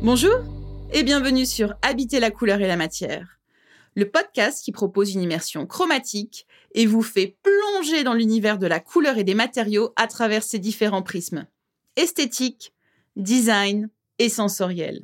Bonjour et bienvenue sur Habiter la couleur et la matière, le podcast qui propose une immersion chromatique et vous fait plonger dans l'univers de la couleur et des matériaux à travers ses différents prismes, esthétique, design et sensoriel.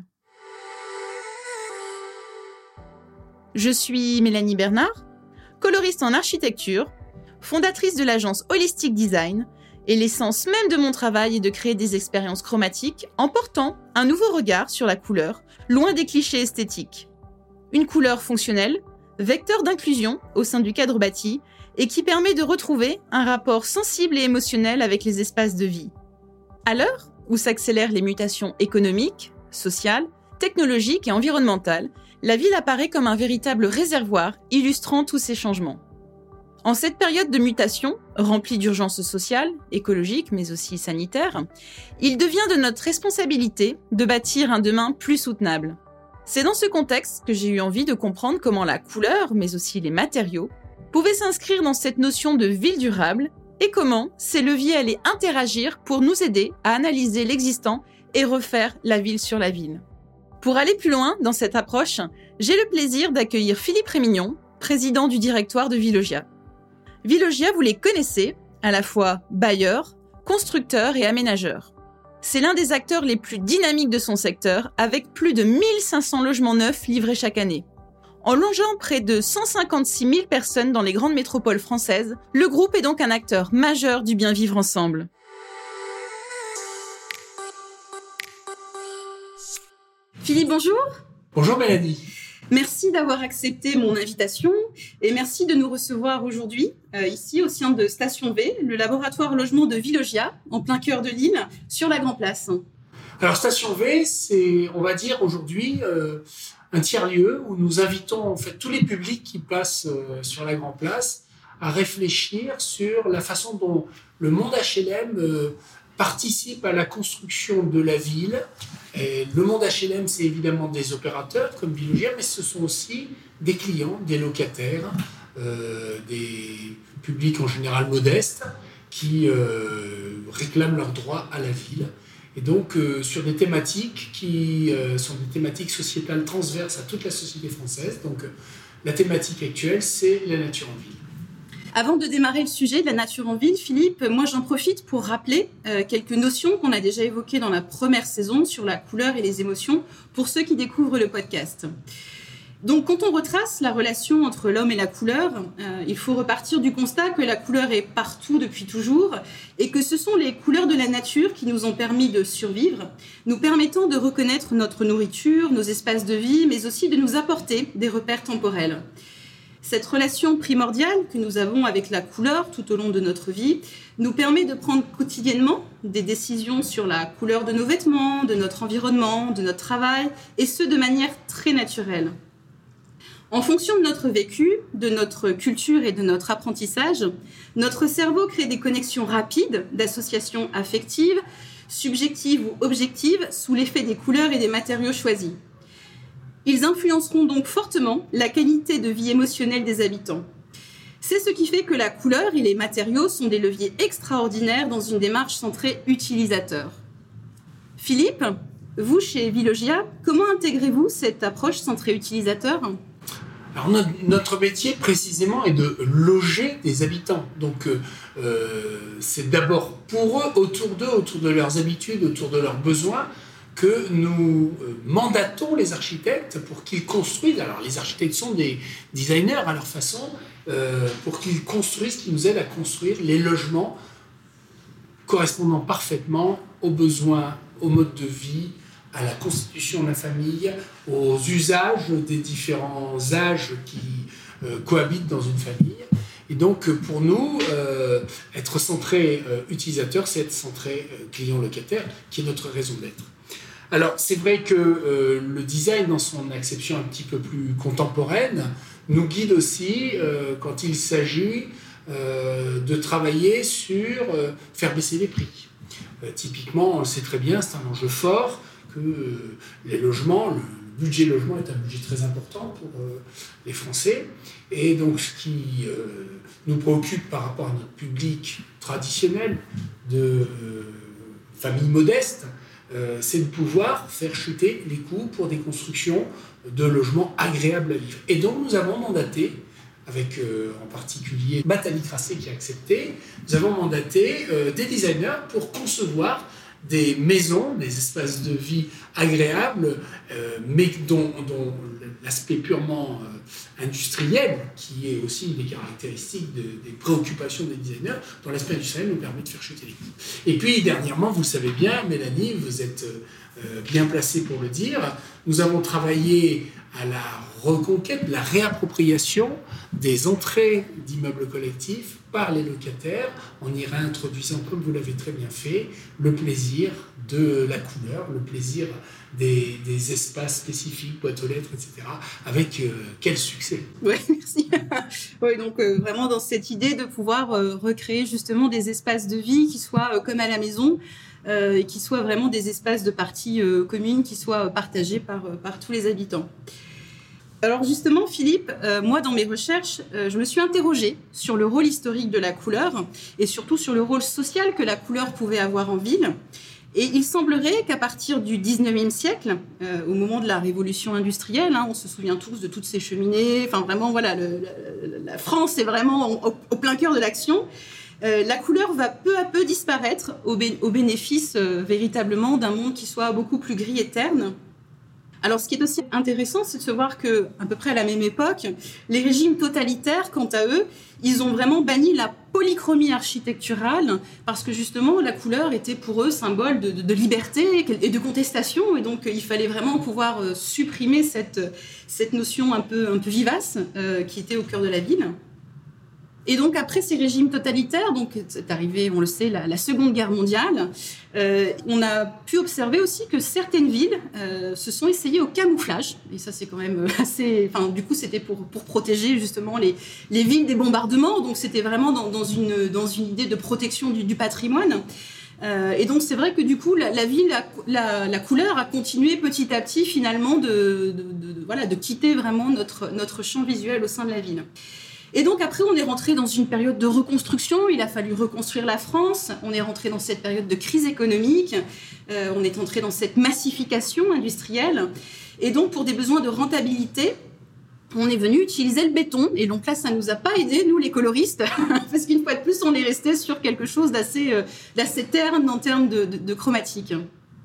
Je suis Mélanie Bernard, coloriste en architecture, fondatrice de l'agence Holistic Design, et l'essence même de mon travail est de créer des expériences chromatiques en portant un nouveau regard sur la couleur, loin des clichés esthétiques. Une couleur fonctionnelle, vecteur d'inclusion au sein du cadre bâti et qui permet de retrouver un rapport sensible et émotionnel avec les espaces de vie. À l'heure où s'accélèrent les mutations économiques, sociales, technologiques et environnementales, la ville apparaît comme un véritable réservoir illustrant tous ces changements. En cette période de mutation, remplie d'urgences sociales, écologiques, mais aussi sanitaires, il devient de notre responsabilité de bâtir un demain plus soutenable. C'est dans ce contexte que j'ai eu envie de comprendre comment la couleur, mais aussi les matériaux, pouvaient s'inscrire dans cette notion de ville durable et comment ces leviers allaient interagir pour nous aider à analyser l'existant et refaire la ville sur la ville. Pour aller plus loin dans cette approche, j'ai le plaisir d'accueillir Philippe Rémignon, président du directoire de Vilogia. Vilogia, vous les connaissez, à la fois bailleur, constructeur et aménageur. C'est l'un des acteurs les plus dynamiques de son secteur, avec plus de 1500 logements neufs livrés chaque année. En longeant près de 156 000 personnes dans les grandes métropoles françaises, le groupe est donc un acteur majeur du bien vivre ensemble. Philippe, bonjour. Bonjour Mélanie. Merci d'avoir accepté mon invitation et merci de nous recevoir aujourd'hui, ici au sein de Station V, le laboratoire logement de Vilogia, en plein cœur de Lille, sur la Grand Place. Alors Station V, c'est, on va dire aujourd'hui, un tiers-lieu où nous invitons en fait tous les publics qui passent sur la Grand Place à réfléchir sur la façon dont le monde HLM participe à la construction de la ville. Et le monde HLM, c'est évidemment des opérateurs comme Vilogia, mais ce sont aussi des clients, des locataires, des publics en général modestes qui réclament leurs droits à la ville. Et donc sur des thématiques qui sont des thématiques sociétales transverses à toute la société française. Donc la thématique actuelle, c'est la nature en ville. Avant de démarrer le sujet de la nature en ville, Philippe, moi j'en profite pour rappeler quelques notions qu'on a déjà évoquées dans la première saison sur la couleur et les émotions pour ceux qui découvrent le podcast. Donc quand on retrace la relation entre l'homme et la couleur, il faut repartir du constat que la couleur est partout depuis toujours et que ce sont les couleurs de la nature qui nous ont permis de survivre, nous permettant de reconnaître notre nourriture, nos espaces de vie, mais aussi de nous apporter des repères temporels. Cette relation primordiale que nous avons avec la couleur tout au long de notre vie nous permet de prendre quotidiennement des décisions sur la couleur de nos vêtements, de notre environnement, de notre travail, et ce de manière très naturelle. En fonction de notre vécu, de notre culture et de notre apprentissage, notre cerveau crée des connexions rapides d'associations affectives, subjectives ou objectives sous l'effet des couleurs et des matériaux choisis. Ils influenceront donc fortement la qualité de vie émotionnelle des habitants. C'est ce qui fait que la couleur et les matériaux sont des leviers extraordinaires dans une démarche centrée utilisateur. Philippe, vous chez Vilogia, comment intégrez-vous cette approche centrée utilisateur ? Alors notre métier précisément est de loger des habitants. Donc c'est d'abord pour eux, autour de leurs habitudes, autour de leurs besoins, que nous mandatons les architectes pour qu'ils construisent. Alors les architectes sont des designers à leur façon, pour qu'ils construisent, qu'ils nous aident à construire les logements correspondant parfaitement aux besoins, au mode de vie, à la constitution de la famille, aux usages des différents âges qui cohabitent dans une famille. Et donc pour nous, être centré utilisateur, c'est être centré client-locataire, qui est notre raison d'être. Alors, c'est vrai que le design, dans son acception un petit peu plus contemporaine, nous guide aussi quand il s'agit de travailler sur faire baisser les prix. Typiquement, on le sait très bien, c'est un enjeu fort que les logements, le budget logement est un budget très important pour les Français. Et donc, ce qui nous préoccupe par rapport à notre public traditionnel de familles modestes, c'est de pouvoir faire chuter les coûts pour des constructions de logements agréables à vivre. Et donc nous avons mandaté, avec en particulier Nathalie Crasset qui a accepté, nous avons mandaté des designers pour concevoir des maisons, des espaces de vie agréables, mais dont l'aspect purement industriel, qui est aussi une des caractéristiques des préoccupations des designers, dont l'aspect industriel nous permet de faire chuter les coûts. Et puis, dernièrement, vous savez bien, Mélanie, vous êtes bien placée pour le dire, nous avons travaillé à la reconquête, la réappropriation des entrées d'immeubles collectifs par les locataires, en y réintroduisant, comme vous l'avez très bien fait, le plaisir de la couleur, le plaisir des espaces spécifiques, boîtes aux lettres, etc. Avec quel succès. Oui, merci. Oui, donc vraiment dans cette idée de pouvoir recréer justement des espaces de vie qui soient comme à la maison, et qui soient vraiment des espaces de partie commune, qui soient partagés par tous les habitants. Alors justement, Philippe, moi dans mes recherches, je me suis interrogée sur le rôle historique de la couleur et surtout sur le rôle social que la couleur pouvait avoir en ville. Et il semblerait qu'à partir du 19e siècle, au moment de la révolution industrielle, on se souvient tous de toutes ces cheminées, enfin vraiment voilà, la France est vraiment au plein cœur de l'action. La couleur va peu à peu disparaître au bénéfice véritablement d'un monde qui soit beaucoup plus gris et terne. Alors, ce qui est aussi intéressant, c'est de se voir qu'à peu près à la même époque, les régimes totalitaires, quant à eux, ils ont vraiment banni la polychromie architecturale parce que justement, la couleur était pour eux symbole de liberté et de contestation. Et donc, il fallait vraiment pouvoir supprimer cette notion un peu vivace qui était au cœur de la ville. Et donc, après ces régimes totalitaires, donc c'est arrivé, on le sait, la Seconde Guerre mondiale, on a pu observer aussi que certaines villes se sont essayées au camouflage. Et ça, c'est quand même assez... Enfin, du coup, c'était pour protéger justement les villes des bombardements. Donc, c'était vraiment dans une idée de protection du patrimoine. Et donc, c'est vrai que du coup, la ville, la couleur a continué petit à petit, finalement, de quitter vraiment notre champ visuel au sein de la ville. Et donc après, on est rentré dans une période de reconstruction. Il a fallu reconstruire la France. On est rentré dans cette période de crise économique. On est entré dans cette massification industrielle. Et donc, pour des besoins de rentabilité, on est venu utiliser le béton. Et donc là, ça ne nous a pas aidés, nous, les coloristes, parce qu'une fois de plus, on est resté sur quelque chose d'assez terne en termes de chromatique.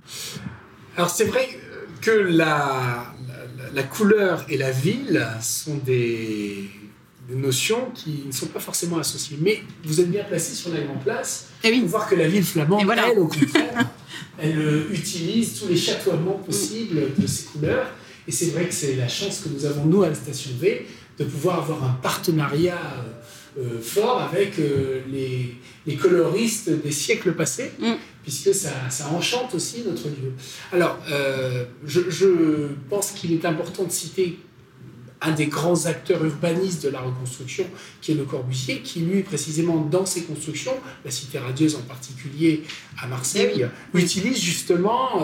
Alors, c'est vrai que la couleur et la ville sont des notions qui ne sont pas forcément associées. Mais vous êtes bien placé sur la Grande Place pour voir que la ville flamande, voilà. Elle, au contraire, elle utilise tous les chatoiements possibles de ces couleurs. Et c'est vrai que c'est la chance que nous avons, nous, à la Station V, de pouvoir avoir un partenariat fort avec les coloristes des siècles passés, puisque ça enchante aussi notre lieu. Alors, je pense qu'il est important de citer un des grands acteurs urbanistes de la reconstruction, qui est Le Corbusier, qui lui, précisément dans ses constructions, la Cité radieuse en particulier à Marseille, utilise justement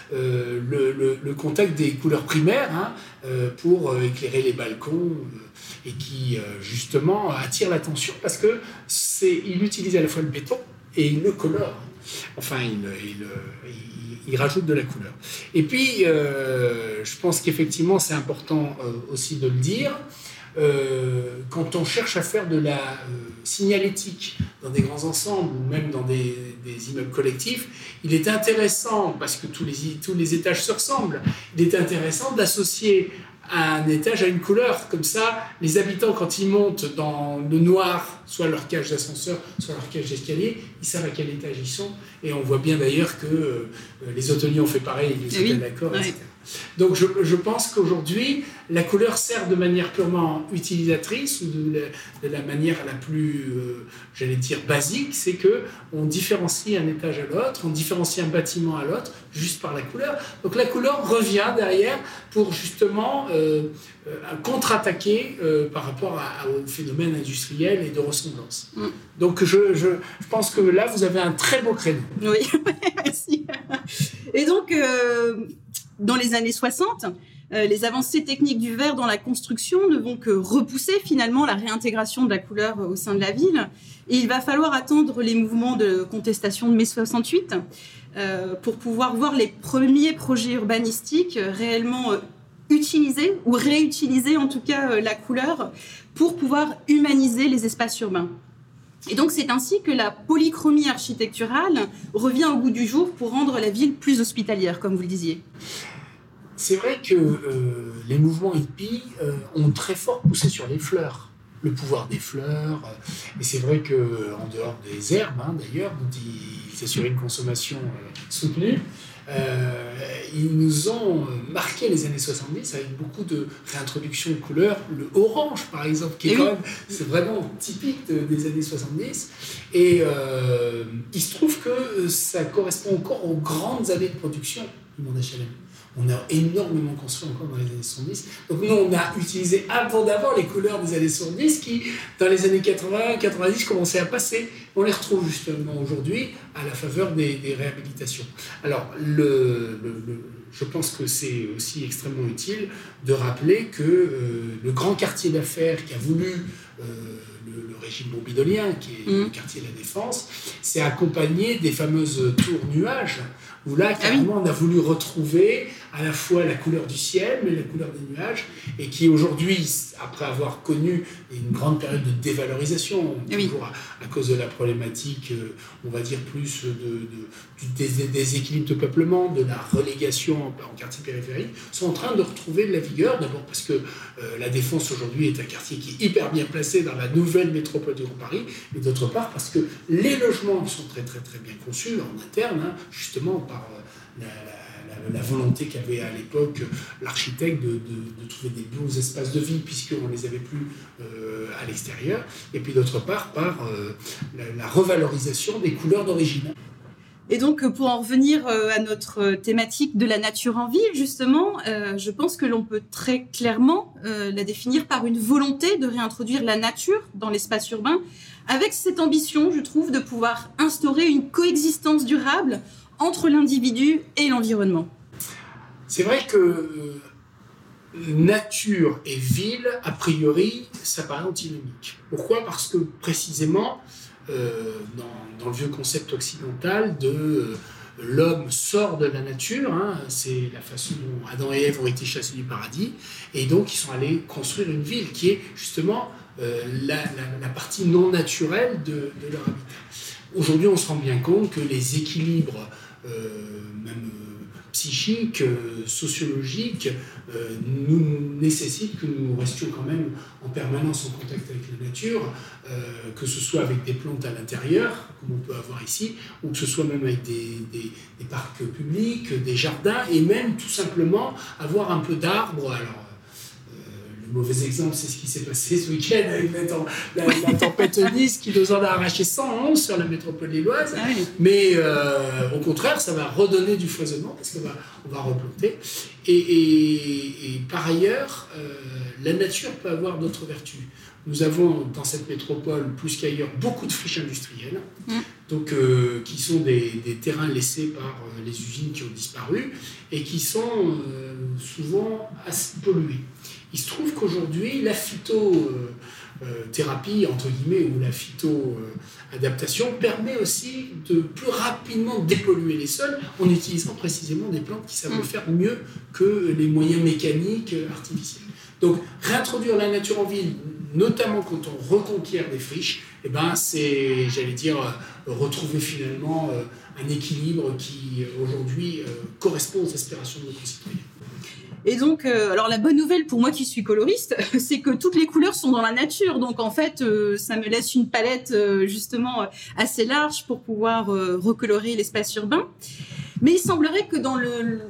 le contact des couleurs primaires pour éclairer les balcons et qui justement attire l'attention parce que il utilise à la fois le béton et il le colore. Enfin, il rajoute de la couleur. Et puis, je pense qu'effectivement, c'est important aussi de le dire, quand on cherche à faire de la signalétique dans des grands ensembles ou même dans des immeubles collectifs, il est intéressant, parce que tous les étages se ressemblent, il est intéressant d'associer un étage à une couleur. Comme ça, les habitants, quand ils montent dans le noir, soit leur cage d'ascenseur, soit leur cage d'escalier, ils savent à quel étage ils sont. Et on voit bien d'ailleurs que les hôteliers ont fait pareil, ils sont d'accord, etc. Donc je pense qu'aujourd'hui, la couleur sert de manière purement utilisatrice, ou de la manière la plus, j'allais dire, basique, c'est qu'on différencie un étage à l'autre, on différencie un bâtiment à l'autre, juste par la couleur. Donc la couleur revient derrière pour justement contre-attaquer par rapport au phénomène industriel et de ressemblance. Donc je pense que là, vous avez un très beau créneau. Oui, merci. Et donc... dans les années 60, Les avancées techniques du verre dans la construction ne vont que repousser finalement la réintégration de la couleur au sein de la ville. Et il va falloir attendre les mouvements de contestation de mai 68 pour pouvoir voir les premiers projets urbanistiques réellement utiliser ou réutiliser en tout cas la couleur pour pouvoir humaniser les espaces urbains. Et donc c'est ainsi que la polychromie architecturale revient au goût du jour pour rendre la ville plus hospitalière, comme vous le disiez. C'est vrai que les mouvements hippies ont très fort poussé sur les fleurs, le pouvoir des fleurs. Et c'est vrai qu'en dehors des herbes, d'ailleurs, dont ils assuraient une consommation soutenue, ils nous ont marqué les années 70 avec beaucoup de réintroduction de couleurs. Le orange, par exemple, qui est quand même, c'est vraiment typique des années 70. Et il se trouve que ça correspond encore aux grandes années de production du monde HLM. On a énormément construit encore dans les années 70. Donc nous, on a utilisé abondamment les couleurs des années 70 qui, dans les années 80, 90, commençaient à passer. On les retrouve justement aujourd'hui à la faveur des réhabilitations. Alors, je pense que c'est aussi extrêmement utile de rappeler que le grand quartier d'affaires qui a voulu le régime bourguignon, qui est le quartier de la Défense, s'est accompagné des fameuses tours nuages, où là, carrément, on a voulu retrouver à la fois la couleur du ciel, mais la couleur des nuages, et qui aujourd'hui, après avoir connu une grande période de dévalorisation, toujours à cause de la problématique, on va dire plus du déséquilibre de peuplement, de la relégation en quartier périphérique, sont en train de retrouver de la vigueur, d'abord parce que la Défense aujourd'hui est un quartier qui est hyper bien placé dans la nouvelle métropole du Grand Paris, et d'autre part parce que les logements sont très très très bien conçus en interne, justement par la volonté qu'avait à l'époque l'architecte de trouver des beaux espaces de vie puisqu'on ne les avait plus à l'extérieur, et puis d'autre part par la revalorisation des couleurs d'origine. Et donc, pour en revenir à notre thématique de la nature en ville, justement, je pense que l'on peut très clairement la définir par une volonté de réintroduire la nature dans l'espace urbain, avec cette ambition, je trouve, de pouvoir instaurer une coexistence durable entre l'individu et l'environnement. C'est vrai que nature et ville, a priori, ça paraît antinomique. Pourquoi ? Parce que précisément, dans le vieux concept occidental de l'homme sort de la nature, c'est la façon dont Adam et Ève ont été chassés du paradis, et donc ils sont allés construire une ville qui est justement la partie non naturelle de leur habitat. Aujourd'hui, on se rend bien compte que les équilibres, même psychiques, sociologiques, nous nécessitent que nous restions quand même en permanence en contact avec la nature, que ce soit avec des plantes à l'intérieur, comme on peut avoir ici, ou que ce soit même avec des parcs publics, des jardins, et même tout simplement avoir un peu d'arbres. Alors, mauvais exemple, c'est ce qui s'est passé ce week-end avec la tempête Nice qui nous en a arraché 111 sur la métropole lilloise. Mais au contraire, ça va redonner du foisonnement parce qu'on va replanter. Et par ailleurs, la nature peut avoir d'autres vertus. Nous avons dans cette métropole, plus qu'ailleurs, beaucoup de friches industrielles, donc, qui sont des terrains laissés par les usines qui ont disparu et qui sont souvent assez pollués. Il se trouve qu'aujourd'hui, la phytothérapie, entre guillemets, ou la phytoadaptation permet aussi de plus rapidement dépolluer les sols en utilisant précisément des plantes qui savent le faire mieux que les moyens mécaniques artificiels. Donc, réintroduire la nature en ville, notamment quand on reconquiert des friches, c'est, j'allais dire, retrouver finalement un équilibre qui, aujourd'hui, correspond aux aspirations de nos concitoyens. Et donc, alors la bonne nouvelle pour moi qui suis coloriste, c'est que toutes les couleurs sont dans la nature. Donc en fait, ça me laisse une palette justement assez large pour pouvoir recolorer l'espace urbain. Mais il semblerait que dans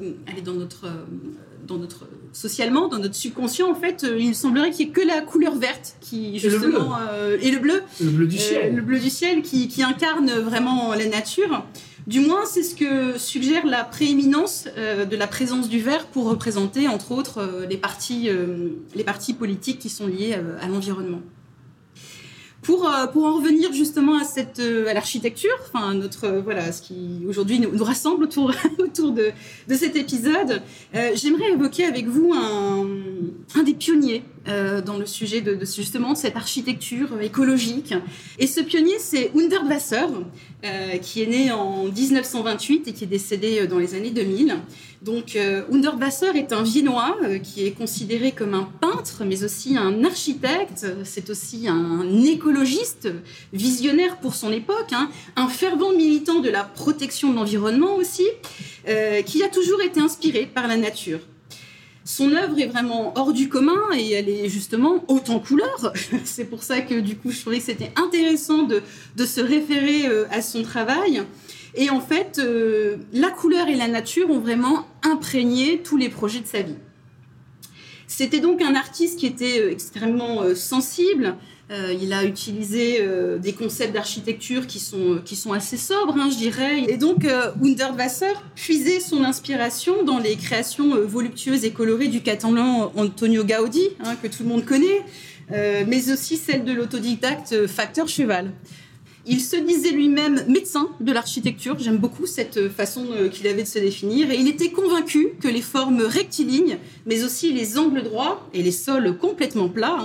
notre socialement, dans notre subconscient, en fait, il semblerait qu'il n'y ait que la couleur verte qui justement et le bleu du ciel, le bleu du ciel qui incarne vraiment la nature. Du moins, c'est ce que suggère la prééminence de la présence du vert pour représenter, entre autres, les partis politiques qui sont liés à l'environnement. Pour en revenir justement à l'architecture, enfin ce qui aujourd'hui nous rassemble autour de cet épisode, j'aimerais évoquer avec vous un des pionniers dans le sujet de justement cette architecture écologique. Et ce pionnier, c'est Hundertwasser, qui est né en 1928 et qui est décédé dans les années 2000. Donc Hundertwasser est un Viennois qui est considéré comme un peintre, mais aussi un architecte. C'est aussi un écologiste visionnaire pour son époque, un fervent militant de la protection de l'environnement aussi, qui a toujours été inspiré par la nature. Son œuvre est vraiment hors du commun et elle est justement haute en couleurs. C'est pour ça que du coup je trouvais que c'était intéressant de se référer à son travail. Et en fait, la couleur et la nature ont vraiment imprégné tous les projets de sa vie. C'était donc un artiste qui était extrêmement sensible. Il a utilisé des concepts d'architecture qui sont assez sobres, je dirais. Et donc, Hundertwasser puisait son inspiration dans les créations voluptueuses et colorées du Catalan Antonio Gaudí, que tout le monde connaît, mais aussi celle de l'autodidacte Facteur Cheval. Il se disait lui-même médecin de l'architecture. J'aime beaucoup cette façon qu'il avait de se définir. Et il était convaincu que les formes rectilignes, mais aussi les angles droits et les sols complètement plats,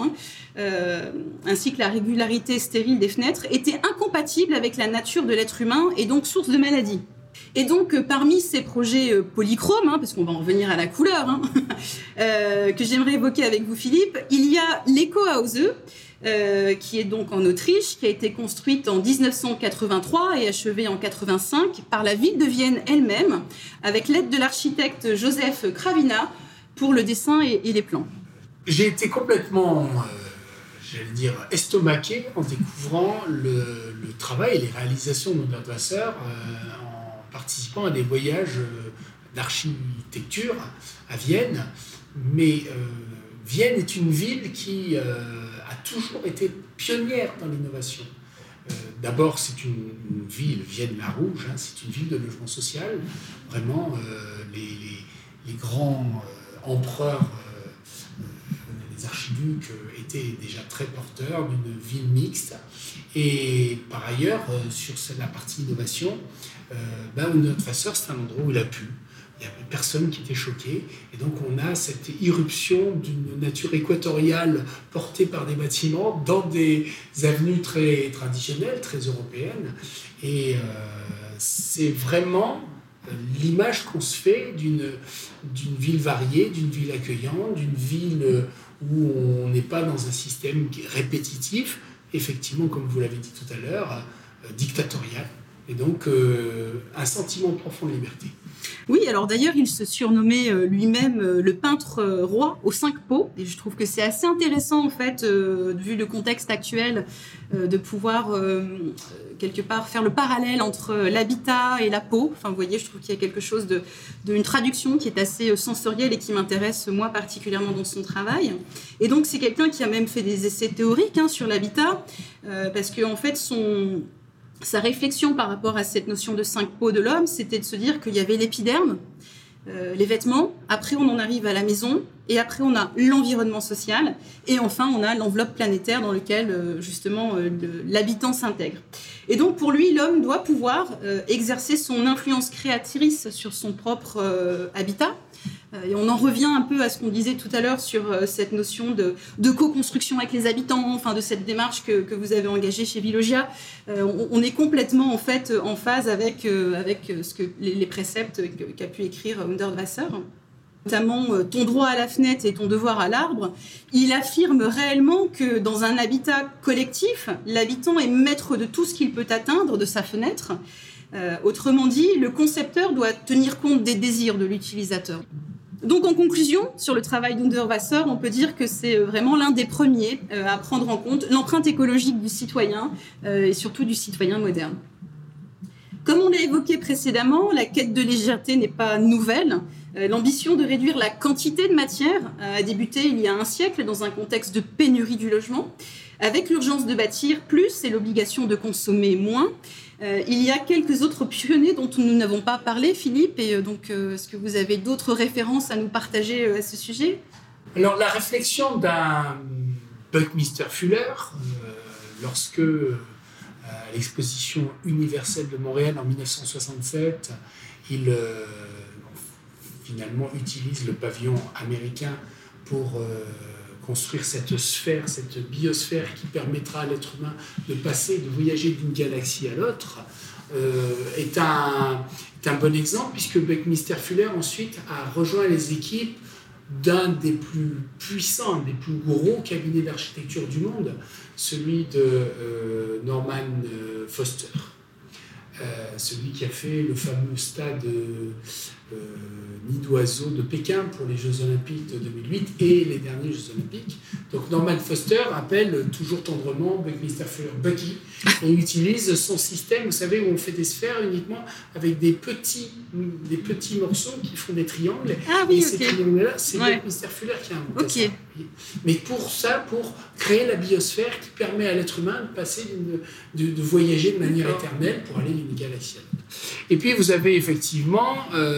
ainsi que la régularité stérile des fenêtres, étaient incompatibles avec la nature de l'être humain et donc source de maladies. Et donc, parmi ces projets polychromes, parce qu'on va en revenir à la couleur, que j'aimerais évoquer avec vous, Philippe, il y a l'Ecohause, qui est donc en Autriche, qui a été construite en 1983 et achevée en 1985 par la ville de Vienne elle-même, avec l'aide de l'architecte Joseph Kravina pour le dessin et les plans. J'ai été complètement, estomaqué en découvrant le travail et les réalisations de Hundertwasser en participant à des voyages d'architecture à Vienne. Mais Vienne est une ville qui a toujours été pionnière dans l'innovation. D'abord, c'est une ville, Vienne-la-Rouge, c'est une ville de logement social. Vraiment, les grands empereurs, les archiducs étaient déjà très porteurs d'une ville mixte. Et par ailleurs, sur la partie innovation, Hundertwasser, c'est un endroit où il a pu. Il n'y avait personne qui était choqué. Et donc, on a cette irruption d'une nature équatoriale portée par des bâtiments dans des avenues très traditionnelles, très européennes. Et c'est vraiment l'image qu'on se fait d'une ville variée, d'une ville accueillante, d'une ville où on n'est pas dans un système répétitif, effectivement, comme vous l'avez dit tout à l'heure, dictatorial. Et donc, un sentiment profond de liberté. Oui, alors d'ailleurs, il se surnommait lui-même le peintre roi aux 5 pots. Et je trouve que c'est assez intéressant, en fait, vu le contexte actuel, de pouvoir, quelque part, faire le parallèle entre l'habitat et la peau. Enfin, vous voyez, je trouve qu'il y a quelque chose d'une traduction qui est assez sensorielle et qui m'intéresse, moi, particulièrement dans son travail. Et donc, c'est quelqu'un qui a même fait des essais théoriques sur l'habitat, parce qu'en fait, sa réflexion par rapport à cette notion de 5 peaux de l'homme, c'était de se dire qu'il y avait l'épiderme, les vêtements, après on en arrive à la maison, et après on a l'environnement social, et enfin on a l'enveloppe planétaire dans laquelle justement l'habitant s'intègre. Et donc pour lui, l'homme doit pouvoir exercer son influence créatrice sur son propre habitat. Et on en revient un peu à ce qu'on disait tout à l'heure sur cette notion de co-construction avec les habitants, enfin de cette démarche que vous avez engagée chez Vilogia. On est complètement en fait en phase avec ce que les préceptes qu'a pu écrire Hundertwasser. Notamment ton droit à la fenêtre et ton devoir à l'arbre. Il affirme réellement que dans un habitat collectif, l'habitant est maître de tout ce qu'il peut atteindre de sa fenêtre. Autrement dit, le concepteur doit tenir compte des désirs de l'utilisateur. Donc en conclusion, sur le travail d'Hundertwasser, on peut dire que c'est vraiment l'un des premiers à prendre en compte l'empreinte écologique du citoyen et surtout du citoyen moderne. Comme on l'a évoqué précédemment, la quête de légèreté n'est pas nouvelle. L'ambition de réduire la quantité de matière a débuté il y a un siècle dans un contexte de pénurie du logement. Avec l'urgence de bâtir plus et l'obligation de consommer moins, il y a quelques autres pionniers dont nous n'avons pas parlé, Philippe, et donc est-ce que vous avez d'autres références à nous partager à ce sujet ? Alors la réflexion d'un Buckminster Fuller lorsque, à l'exposition universelle de Montréal en 1967, il finalement utilise le pavillon américain pour construire cette sphère, cette biosphère qui permettra à l'être humain de passer, de voyager d'une galaxie à l'autre, est un bon exemple, puisque Buckminster Fuller ensuite a rejoint les équipes d'un des plus puissants, des plus gros cabinets d'architecture du monde, celui de Norman Foster, celui qui a fait le fameux stade nid d'oiseau de Pékin pour les Jeux Olympiques de 2008 et les derniers Jeux Olympiques. Donc Norman Foster appelle toujours tendrement Buckminster Fuller Bucky et utilise son système, vous savez, où on fait des sphères uniquement avec des petits morceaux qui font des triangles. Ah oui, et ces triangles-là, c'est Buckminster Fuller qui a inventé ça. Mais pour créer la biosphère qui permet à l'être humain de passer, de voyager de manière éternelle pour aller d'une galaxie à l'autre. Et puis vous avez effectivement,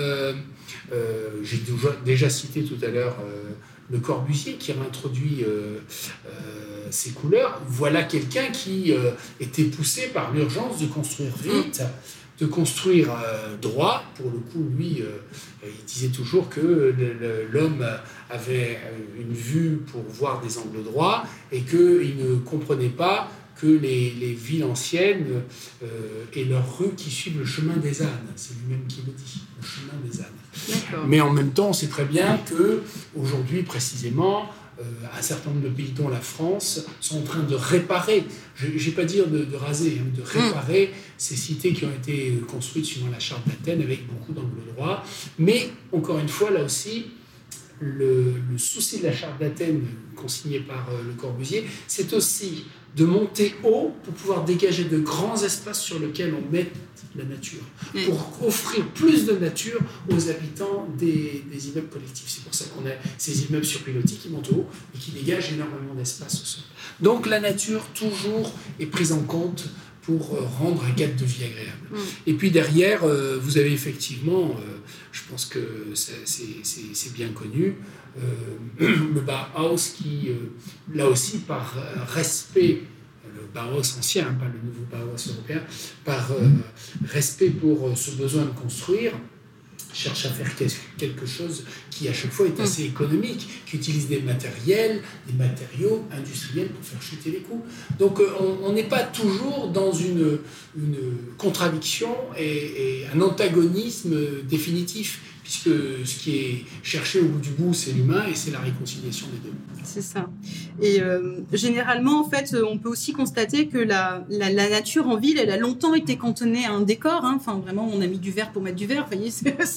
j'ai déjà cité tout à l'heure Le Corbusier qui a introduit ces couleurs. Voilà quelqu'un qui était poussé par l'urgence de construire vite, de construire droit. Pour le coup, lui, il disait toujours que l'homme avait une vue pour voir des angles droits et qu'il ne comprenait pas que les villes anciennes et leurs rues qui suivent le chemin des ânes. C'est lui-même qui le dit, le chemin des ânes. D'accord. Mais en même temps, on sait très bien qu'aujourd'hui, précisément, un certain nombre de pays, dont la France, sont en train de réparer, je ne vais pas dire de raser, de réparer ces cités qui ont été construites suivant la charte d'Athènes avec beaucoup d'angles droits. Mais, encore une fois, là aussi, le souci de la charte d'Athènes consignée par Le Corbusier, c'est aussi de monter haut pour pouvoir dégager de grands espaces sur lesquels on met la nature, pour offrir plus de nature aux habitants des immeubles collectifs. C'est pour ça qu'on a ces immeubles surpilotis qui montent haut et qui dégagent énormément d'espace au sol. Donc la nature, toujours, est prise en compte pour rendre un cadre de vie agréable. Et puis derrière, vous avez effectivement, je pense que c'est bien connu, le Bauhaus qui, là aussi, par respect, le Bauhaus ancien, pas le nouveau Bauhaus européen, par respect pour ce besoin de construire, cherche à faire quelque chose qui à chaque fois est assez économique, qui utilise des matériaux industriels pour faire chuter les coûts. Donc on n'est pas toujours dans une contradiction et un antagonisme définitif, puisque ce qui est cherché au bout du bout, c'est l'humain et c'est la réconciliation des deux. C'est ça. Et généralement, en fait, on peut aussi constater que la nature en ville, elle a longtemps été cantonnée à un décor. Enfin, vraiment, on a mis du verre pour mettre du verre. Vous voyez,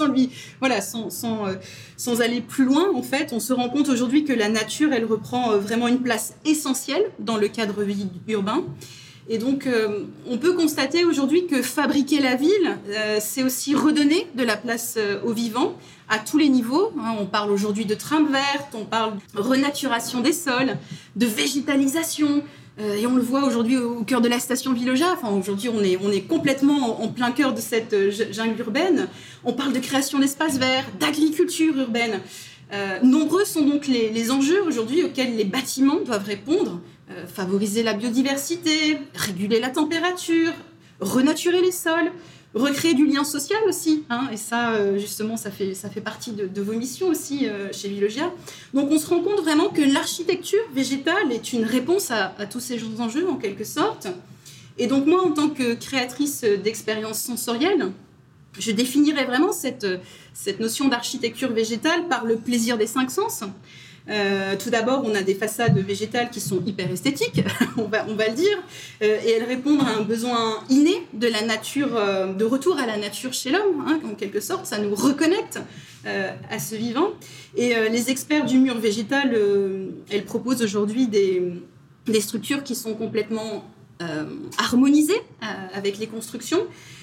sans aller plus loin, en fait, on se rend compte aujourd'hui que la nature, elle reprend vraiment une place essentielle dans le cadre urbain. Et donc, on peut constater aujourd'hui que fabriquer la ville, c'est aussi redonner de la place aux vivants à tous les niveaux. On parle aujourd'hui de trame verte, on parle de renaturation des sols, de végétalisation. Et on le voit aujourd'hui au cœur de la station Villoja. Enfin, aujourd'hui, on est complètement en plein cœur de cette jungle urbaine. On parle de création d'espaces verts, d'agriculture urbaine. Nombreux sont donc les enjeux aujourd'hui auxquels les bâtiments doivent répondre. Favoriser la biodiversité, réguler la température, renaturer les sols, recréer du lien social aussi. Et ça, justement, ça fait partie de vos missions aussi chez Villogia. Donc, on se rend compte vraiment que l'architecture végétale est une réponse à tous ces enjeux, en quelque sorte. Et donc, moi, en tant que créatrice d'expériences sensorielles, je définirais vraiment cette notion d'architecture végétale par le plaisir des 5 sens. Tout d'abord, on a des façades végétales qui sont hyper esthétiques, on va le dire, et elles répondent à un besoin inné de la nature, de retour à la nature chez l'homme, en quelque sorte. Ça nous reconnecte à ce vivant. Et les experts du mur végétal, elles proposent aujourd'hui des structures qui sont complètement harmonisées avec les constructions.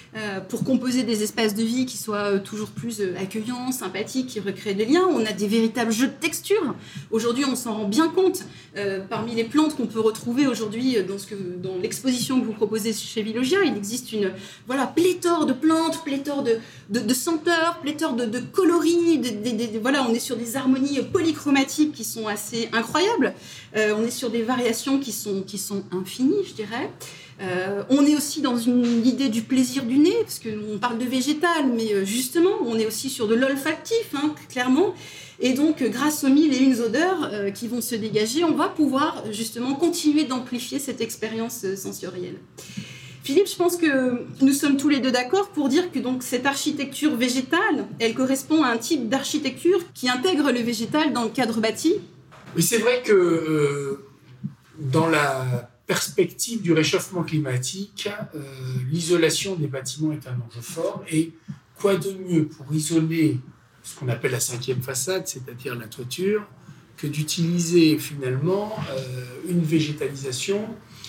pour composer des espaces de vie qui soient toujours plus accueillants, sympathiques, qui recréent des liens. On a des véritables jeux de textures. Aujourd'hui, on s'en rend bien compte. Parmi les plantes qu'on peut retrouver aujourd'hui dans l'exposition que vous proposez chez Villogia, il existe une pléthore de plantes, pléthore de senteurs, pléthore de coloris. On est sur des harmonies polychromatiques qui sont assez incroyables. On est sur des variations qui sont infinies, je dirais. On est aussi dans une idée du plaisir du nez, parce qu'on parle de végétal, mais justement, on est aussi sur de l'olfactif, clairement. Et donc, grâce aux 1001 odeurs qui vont se dégager, on va pouvoir justement continuer d'amplifier cette expérience sensorielle. Philippe, je pense que nous sommes tous les deux d'accord pour dire que donc, cette architecture végétale, elle correspond à un type d'architecture qui intègre le végétal dans le cadre bâti. Oui, c'est vrai que dans la perspective du réchauffement climatique, l'isolation des bâtiments est un enjeu fort. Et quoi de mieux pour isoler ce qu'on appelle la 5e façade, c'est-à-dire la toiture, que d'utiliser finalement une végétalisation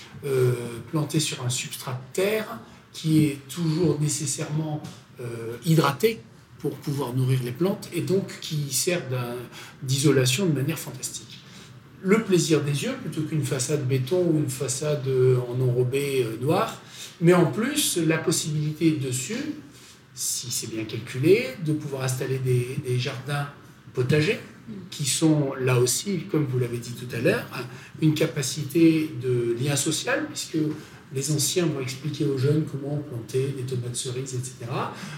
plantée sur un substrat de terre qui est toujours nécessairement hydraté pour pouvoir nourrir les plantes et donc qui sert d'isolation de manière fantastique. Le plaisir des yeux plutôt qu'une façade béton ou une façade en enrobé noir, mais en plus la possibilité dessus, si c'est bien calculé, de pouvoir installer des jardins potagers qui sont là aussi, comme vous l'avez dit tout à l'heure, une capacité de lien social, puisque les anciens vont expliquer aux jeunes comment planter des tomates cerises, etc.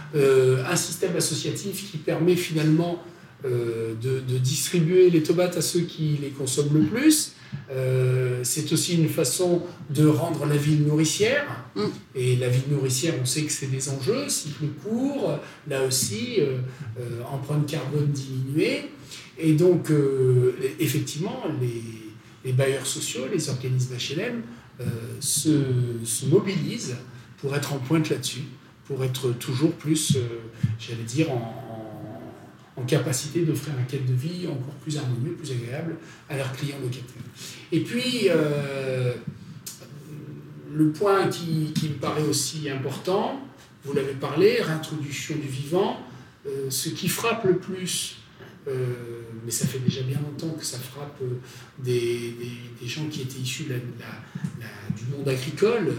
Un système associatif qui permet finalement de distribuer les tomates à ceux qui les consomment le plus. C'est aussi une façon de rendre la ville nourricière. Et la ville nourricière, on sait que c'est des enjeux, cycle court, là aussi, empreinte carbone diminuée. Et donc, effectivement, les bailleurs sociaux, les organismes HLM se mobilisent pour être en pointe là-dessus, pour être toujours plus, j'allais dire, en capacité d'offrir un cadre de vie encore plus harmonieux, plus agréable à leurs clients locataires. Et puis, le point qui me paraît aussi important, vous l'avez parlé, réintroduction du vivant, ce qui frappe le plus, mais ça fait déjà bien longtemps que ça frappe des gens qui étaient issus du monde agricole,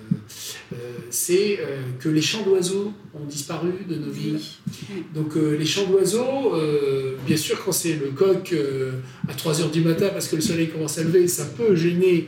c'est que les chants d'oiseaux ont disparu de nos villes. Donc les chants d'oiseaux, bien sûr quand c'est le coq à 3h du matin parce que le soleil commence à lever, ça peut gêner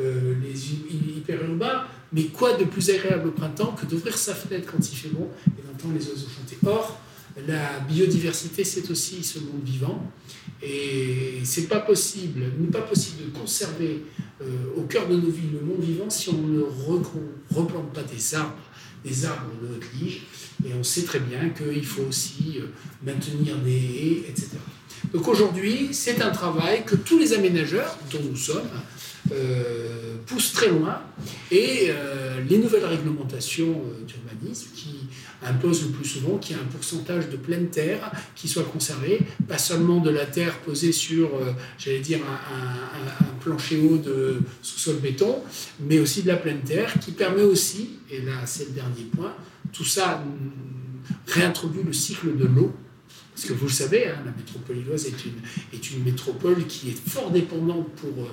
les hyperurbains, mais quoi de plus agréable au printemps que d'ouvrir sa fenêtre quand il fait bon et d'entendre les oiseaux chanter. Or, la biodiversité, c'est aussi ce monde vivant. Et c'est pas possible, il n'est pas possible de conserver au cœur de nos villes le monde vivant si on ne replante pas des arbres de haute lige. Et on sait très bien qu'il faut aussi maintenir des haies, etc. Donc aujourd'hui, c'est un travail que tous les aménageurs, dont nous sommes, poussent très loin. Et les nouvelles réglementations d'urbanisme qui imposent le plus souvent qu'il y ait un pourcentage de pleine terre qui soit conservé, pas seulement de la terre posée sur, j'allais dire, un plancher haut de sous-sol béton, mais aussi de la pleine terre qui permet aussi, et là c'est le dernier point, tout ça réintroduit le cycle de l'eau. Parce que vous le savez, la métropole lilloise est une métropole qui est fort dépendante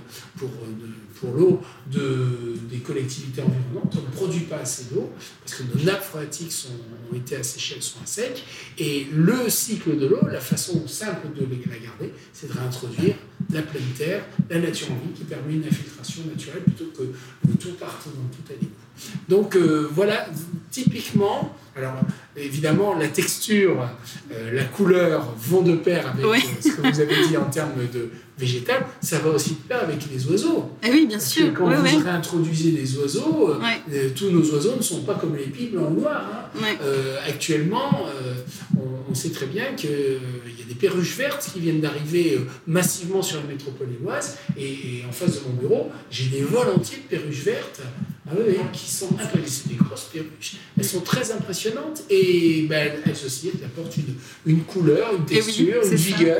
pour l'eau des collectivités environnantes. On ne produit pas assez d'eau parce que nos nappes phréatiques ont été asséchées, elles sont à sec. Et le cycle de l'eau, la façon simple de la garder, c'est de réintroduire la pleine terre, la nature en vie qui permet une infiltration naturelle plutôt que de tout partout dans tout à l'égout. Donc voilà, typiquement, alors évidemment la texture, la couleur vont de pair avec ce que vous avez dit en termes de végétal, ça va aussi de pair avec les oiseaux. Ah oui, bien sûr. Quand vous réintroduisez les oiseaux, tous nos oiseaux ne sont pas comme les pies blanc ou noir. Actuellement, on sait très bien qu'il y a des perruches vertes qui viennent d'arriver massivement sur la métropole lilloise, et en face de mon bureau, j'ai des vols entiers de perruches vertes qui sont impressionnantes. C'est des grosses perruches. Elles sont très impressionnantes et elles aussi elles apportent une couleur, une texture, une vigueur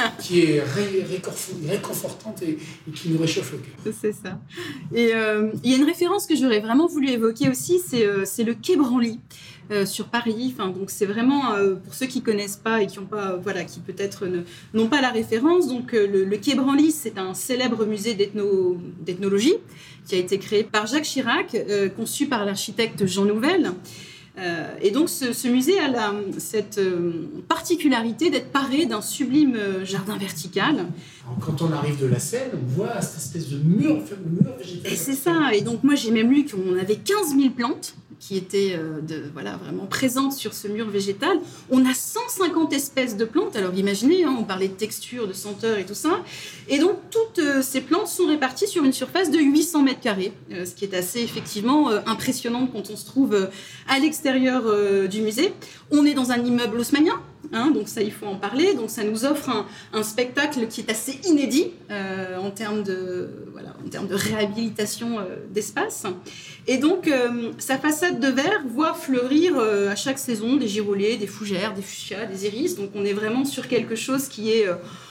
qui est réconfortante et qui nous réchauffe le cœur. C'est ça. Et il y a une référence que j'aurais vraiment voulu évoquer aussi, c'est le quai Branly. Sur Paris, donc c'est vraiment pour ceux qui connaissent pas et qui ont pas, qui peut-être n'ont pas la référence. Donc le quai Branly, c'est un célèbre musée d'ethnologie qui a été créé par Jacques Chirac, conçu par l'architecte Jean Nouvel. Et donc ce musée a cette particularité d'être paré d'un sublime jardin vertical. Alors, quand on arrive de la Seine, on voit cette espèce de mur végétal. Et c'est ça. Et donc moi j'ai même lu qu'on avait 15 000 plantes qui étaient vraiment présentes sur ce mur végétal. On a 150 espèces de plantes. Alors imaginez, on parlait de texture, de senteur et tout ça. Et donc toutes ces plantes sont réparties sur une surface de 800 mètres carrés, ce qui est assez effectivement impressionnant quand on se trouve à l'extérieur du musée. On est dans un immeuble haussmannien, donc ça il faut en parler. Donc ça nous offre un spectacle qui est assez inédit en termes de réhabilitation d'espace. Et donc sa façade de verre voit fleurir à chaque saison des girolets, des fougères, des fuchsias, des iris. Donc on est vraiment sur quelque chose qui est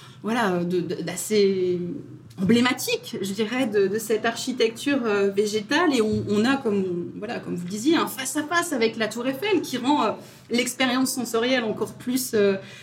d'assez emblématique, je dirais, de cette architecture végétale. Et on a, comme vous le disiez, un face-à-face avec la Tour Eiffel qui rend l'expérience sensorielle encore plus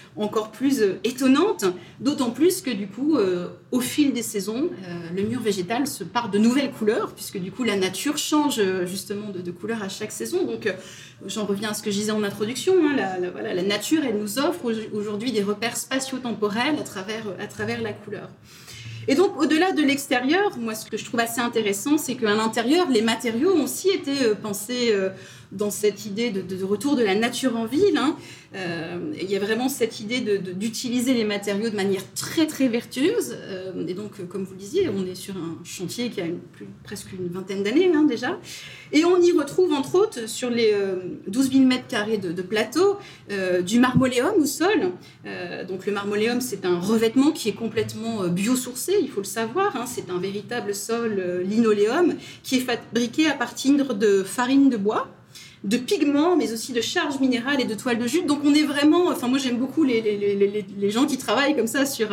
étonnante, d'autant plus que du coup, au fil des saisons, le mur végétal se part de nouvelles couleurs, puisque du coup la nature change justement de couleur à chaque saison. Donc j'en reviens à ce que je disais en introduction, la nature, elle nous offre aujourd'hui des repères spatio-temporels à travers la couleur. Et donc, au-delà de l'extérieur, moi, ce que je trouve assez intéressant, c'est qu'à l'intérieur, les matériaux ont aussi été pensés dans cette idée de retour de la nature en ville. Il y a vraiment cette idée d'utiliser les matériaux de manière très, très vertueuse. Et donc, comme vous le disiez, on est sur un chantier qui a presque une vingtaine d'années déjà. Et on y retrouve, entre autres, sur les 12 000 mètres carrés de plateau, du marmoléum au sol. Donc, le marmoléum, c'est un revêtement qui est complètement biosourcé, il faut le savoir. C'est un véritable sol linoléum qui est fabriqué à partir de farine de bois, de pigments, mais aussi de charges minérales et de toiles de jute. Donc on est vraiment... moi j'aime beaucoup les gens qui travaillent comme ça sur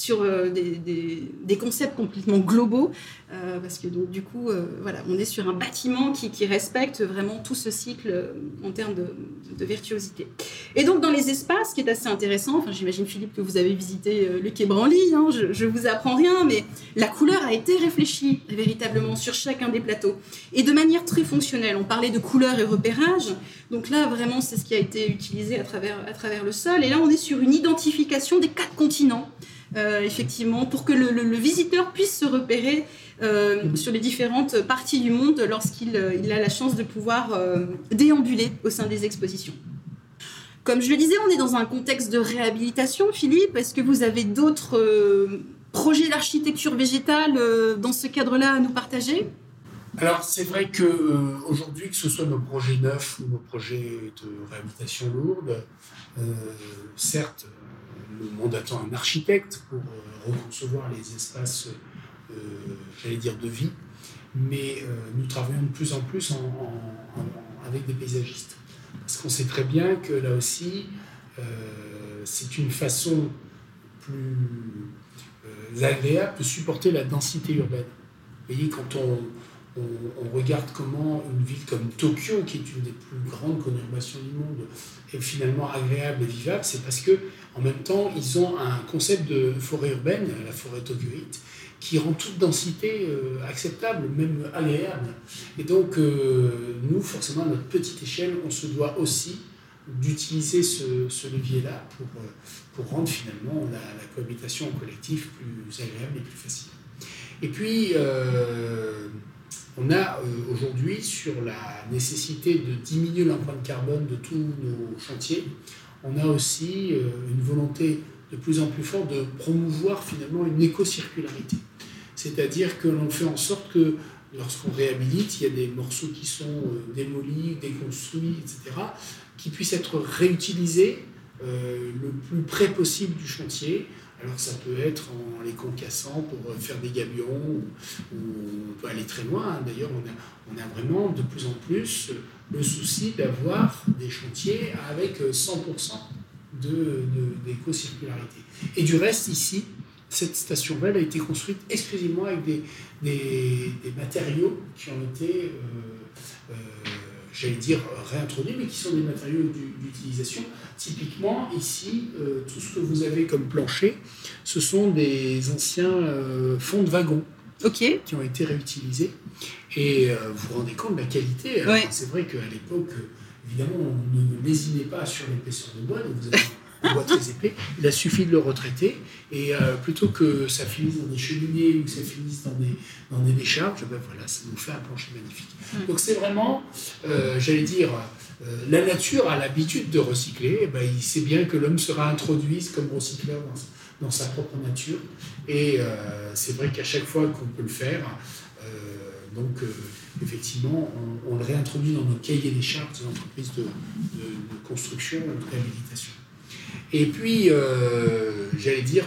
des concepts complètement globaux, parce que donc, du coup, on est sur un bâtiment qui respecte vraiment tout ce cycle en termes de virtuosité. Et donc dans les espaces, ce qui est assez intéressant, j'imagine Philippe que vous avez visité le quai Branly, je vous apprends rien, mais la couleur a été réfléchie véritablement sur chacun des plateaux, et de manière très fonctionnelle. On parlait de couleur et repérage. Donc là, vraiment, c'est ce qui a été utilisé à travers le sol. Et là, on est sur une identification des 4 continents, effectivement, pour que le visiteur puisse se repérer sur les différentes parties du monde lorsqu'il a la chance de pouvoir déambuler au sein des expositions. Comme je le disais, on est dans un contexte de réhabilitation. Philippe, est-ce que vous avez d'autres projets d'architecture végétale dans ce cadre-là à nous partager ? Alors, c'est vrai qu'aujourd'hui, que ce soit nos projets neufs ou nos projets de réhabilitation lourde, certes, le monde attend un architecte pour reconcevoir les espaces, de vie, mais nous travaillons de plus en plus avec des paysagistes. Parce qu'on sait très bien que là aussi, c'est une façon plus agréable de supporter la densité urbaine. Vous voyez, quand on regarde comment une ville comme Tokyo, qui est une des plus grandes conurbations du monde, est finalement agréable et vivable, c'est parce que en même temps, ils ont un concept de forêt urbaine, la forêt tokyoïte, qui rend toute densité acceptable, même agréable. Et donc, nous, forcément, à notre petite échelle, on se doit aussi d'utiliser ce levier-là pour rendre finalement la cohabitation en collectif plus agréable et plus facile. Et puis, on a aujourd'hui, sur la nécessité de diminuer l'empreinte carbone de tous nos chantiers, on a aussi une volonté de plus en plus forte de promouvoir finalement une éco-circularité. C'est-à-dire que l'on fait en sorte que lorsqu'on réhabilite, il y a des morceaux qui sont démolis, déconstruits, etc., qui puissent être réutilisés le plus près possible du chantier. Alors ça peut être en les concassant pour faire des gabions, ou on peut aller très loin. D'ailleurs, on a vraiment de plus en plus le souci d'avoir des chantiers avec 100% d'éco-circularité. Et du reste, ici, cette station Well a été construite exclusivement avec des matériaux qui ont été, j'allais dire, réintroduits, mais qui sont des matériaux d'utilisation. Typiquement, ici, tout ce que vous avez comme plancher, ce sont des anciens fonds de wagons qui ont été réutilisés. Et vous vous rendez compte de la qualité. Alors, c'est vrai qu'à l'époque, évidemment, on ne lésinait pas sur l'épaisseur de bois, donc vous avez un bois très épais. Il a suffi de le retraiter, et plutôt que ça finisse dans des cheminées ou que ça finisse dans des décharges, ben voilà, ça nous fait un plancher magnifique. Donc c'est vraiment, j'allais dire, la nature a l'habitude de recycler, ben, il sait bien que l'homme sera introduit comme recycleur dans sa propre nature, et c'est vrai qu'à chaque fois qu'on peut le faire, effectivement, on le réintroduit dans nos cahiers des charges des entreprises de construction ou de réhabilitation. Et puis, j'allais dire,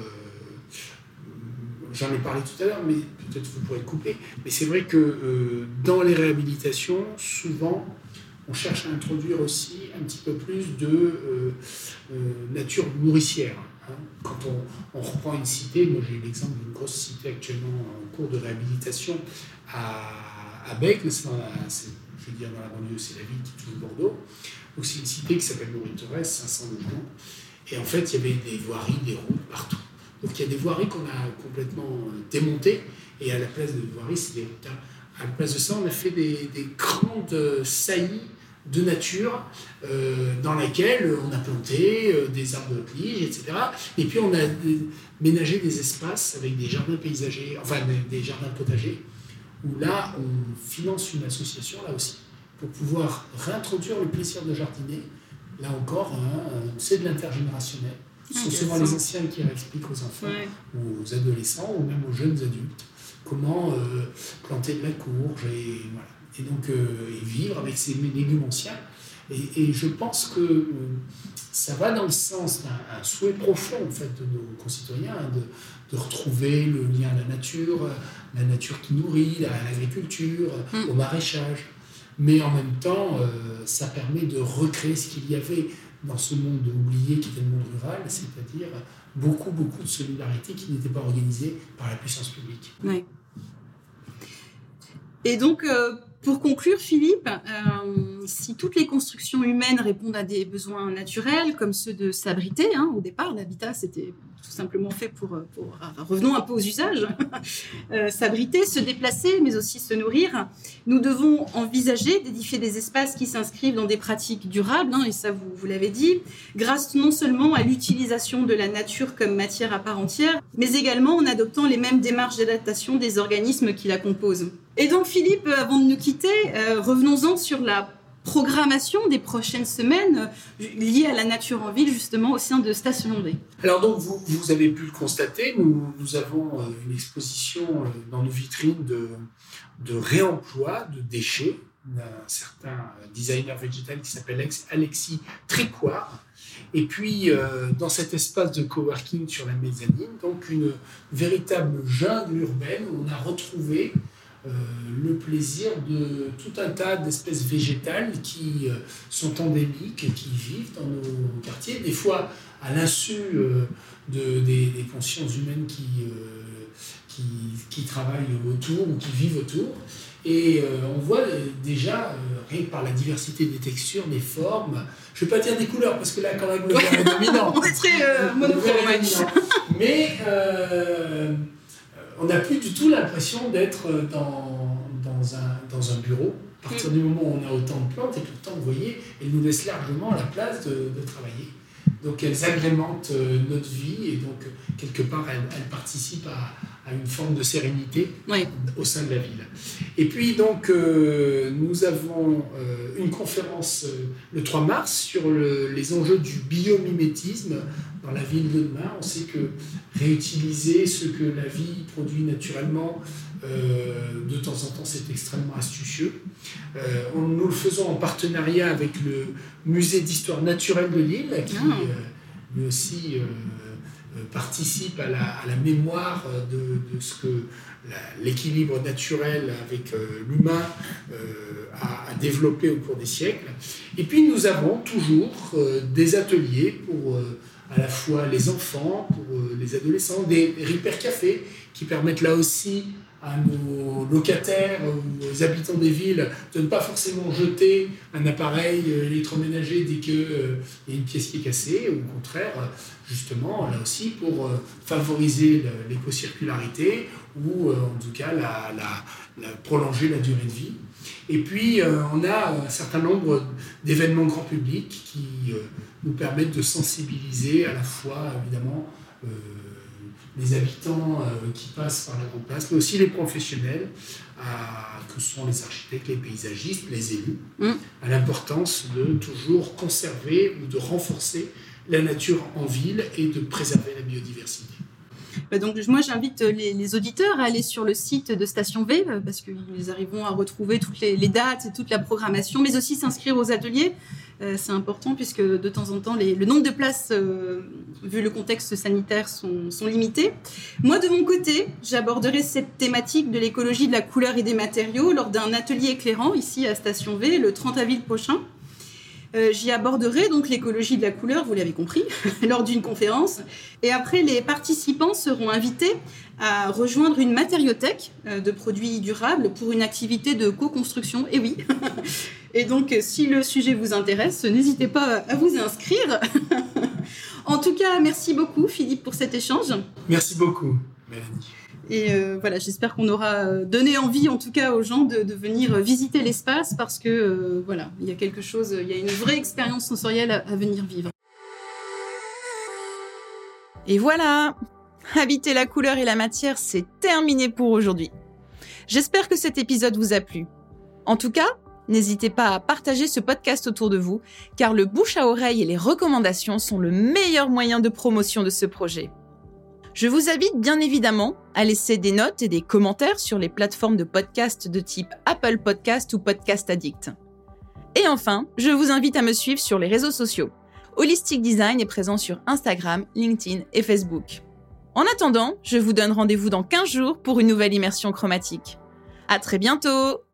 j'en ai parlé tout à l'heure, mais peut-être vous pourrez le couper, mais c'est vrai que dans les réhabilitations, souvent, on cherche à introduire aussi un petit peu plus de nature nourricière. Quand on reprend une cité, moi j'ai l'exemple d'une grosse cité actuellement en cours de réhabilitation à Bègles, je veux dire dans la banlieue, c'est la ville qui touche Bordeaux. Donc c'est une cité qui s'appelle Maurice-Torres, 500 logements. Et en fait, il y avait des voiries, des routes partout. Donc il y a des voiries qu'on a complètement démontées, et à la place de voiries, c'est des routes. À la place de ça, on a fait des grandes saillies de nature dans laquelle on a planté des arbres de tige, etc. Et puis on a ménagé des espaces avec des jardins paysagers, enfin des jardins potagers, où là on finance une association là aussi pour pouvoir réintroduire le plaisir de jardiner. Là encore, c'est de l'intergénérationnel. Ce sont souvent les anciens qui expliquent aux enfants, ou aux adolescents, ou même aux jeunes adultes, comment planter de la courge et voilà. Et donc et vivre avec ces légumes anciens. Et je pense que ça va dans le sens d'un souhait profond en fait, de nos concitoyens, de retrouver le lien à la nature qui nourrit, à l'agriculture, au maraîchage. Mais en même temps, ça permet de recréer ce qu'il y avait dans ce monde oublié qui était le monde rural, c'est-à-dire beaucoup de solidarité qui n'était pas organisée par la puissance publique. Oui. Et donc, pour conclure, Philippe, si toutes les constructions humaines répondent à des besoins naturels, comme ceux de s'abriter, au départ, l'habitat, c'était tout simplement fait pour revenons un peu aux usages, s'abriter, se déplacer, mais aussi se nourrir, nous devons envisager d'édifier des espaces qui s'inscrivent dans des pratiques durables, et ça, vous l'avez dit, grâce non seulement à l'utilisation de la nature comme matière à part entière, mais également en adoptant les mêmes démarches d'adaptation des organismes qui la composent. Et donc, Philippe, avant de nous quitter, revenons-en sur la programmation des prochaines semaines liées à la nature en ville, justement, au sein de Station Landais. Alors donc, vous avez pu le constater, nous avons une exposition dans nos vitrines de réemploi de déchets d'un certain designer végétal qui s'appelle Alexis Tricoire. Et puis, dans cet espace de coworking sur la mezzanine, donc une véritable jungle urbaine où on a retrouvé le plaisir de tout un tas d'espèces végétales qui sont endémiques et qui vivent dans nos quartiers, des fois à l'insu des consciences humaines qui travaillent autour ou qui vivent autour. Et on voit déjà, rien que par la diversité des textures, des formes, je ne vais pas dire des couleurs, parce que là, quand même, le vert est dominant. On est très monochrome. Mais on n'a plus du tout l'impression d'être dans un bureau. À partir du moment où on a autant de plantes, et pourtant, vous voyez, elles nous laissent largement la place de travailler. Donc, elles agrémentent notre vie, et donc, quelque part, elles participent à une forme de sérénité au sein de la ville. Et puis, donc, nous avons une conférence le 3 mars sur les enjeux du biomimétisme dans la ville de demain. On sait que réutiliser ce que la vie produit naturellement, de temps en temps, c'est extrêmement astucieux. Nous le faisons en partenariat avec le musée d'histoire naturelle de Lille, qui lui aussi participe à la mémoire de ce que l'équilibre naturel avec l'humain a développé au cours des siècles. Et puis nous avons toujours des ateliers pour à la fois les enfants, pour les adolescents, des repair cafés qui permettent là aussi à nos locataires, aux habitants des villes, de ne pas forcément jeter un appareil électroménager dès qu'il y a une pièce qui est cassée, ou au contraire, justement, là aussi, pour favoriser l'éco-circularité, ou en tout cas prolonger la durée de vie. Et puis, on a un certain nombre d'événements grand public qui nous permettent de sensibiliser à la fois, évidemment, les habitants qui passent par la grande place, mais aussi les professionnels, que sont les architectes, les paysagistes, les élus, à l'importance de toujours conserver ou de renforcer la nature en ville et de préserver la biodiversité. Donc moi j'invite les auditeurs à aller sur le site de Station V parce qu'ils arriveront à retrouver toutes les dates et toute la programmation, mais aussi s'inscrire aux ateliers. C'est important puisque de temps en temps le nombre de places vu le contexte sanitaire sont limitées. Moi de mon côté j'aborderai cette thématique de l'écologie de la couleur et des matériaux lors d'un atelier éclairant ici à Station V le 30 avril prochain. J'y aborderai donc l'écologie de la couleur, vous l'avez compris, lors d'une conférence. Et après, les participants seront invités à rejoindre une matériothèque de produits durables pour une activité de co-construction. Et oui. Et donc, si le sujet vous intéresse, n'hésitez pas à vous inscrire. En tout cas, merci beaucoup, Philippe, pour cet échange. Merci beaucoup, Mélanie. Et voilà, j'espère qu'on aura donné envie, en tout cas, aux gens de venir visiter l'espace parce que voilà, il y a quelque chose, il y a une vraie expérience sensorielle à venir vivre. Et voilà, habiter la couleur et la matière, c'est terminé pour aujourd'hui. J'espère que cet épisode vous a plu. En tout cas, n'hésitez pas à partager ce podcast autour de vous, car le bouche à oreille et les recommandations sont le meilleur moyen de promotion de ce projet. Je vous invite bien évidemment à laisser des notes et des commentaires sur les plateformes de podcast de type Apple Podcast ou Podcast Addict. Et enfin, je vous invite à me suivre sur les réseaux sociaux. Holistic Design est présent sur Instagram, LinkedIn et Facebook. En attendant, je vous donne rendez-vous dans 15 jours pour une nouvelle immersion chromatique. À très bientôt!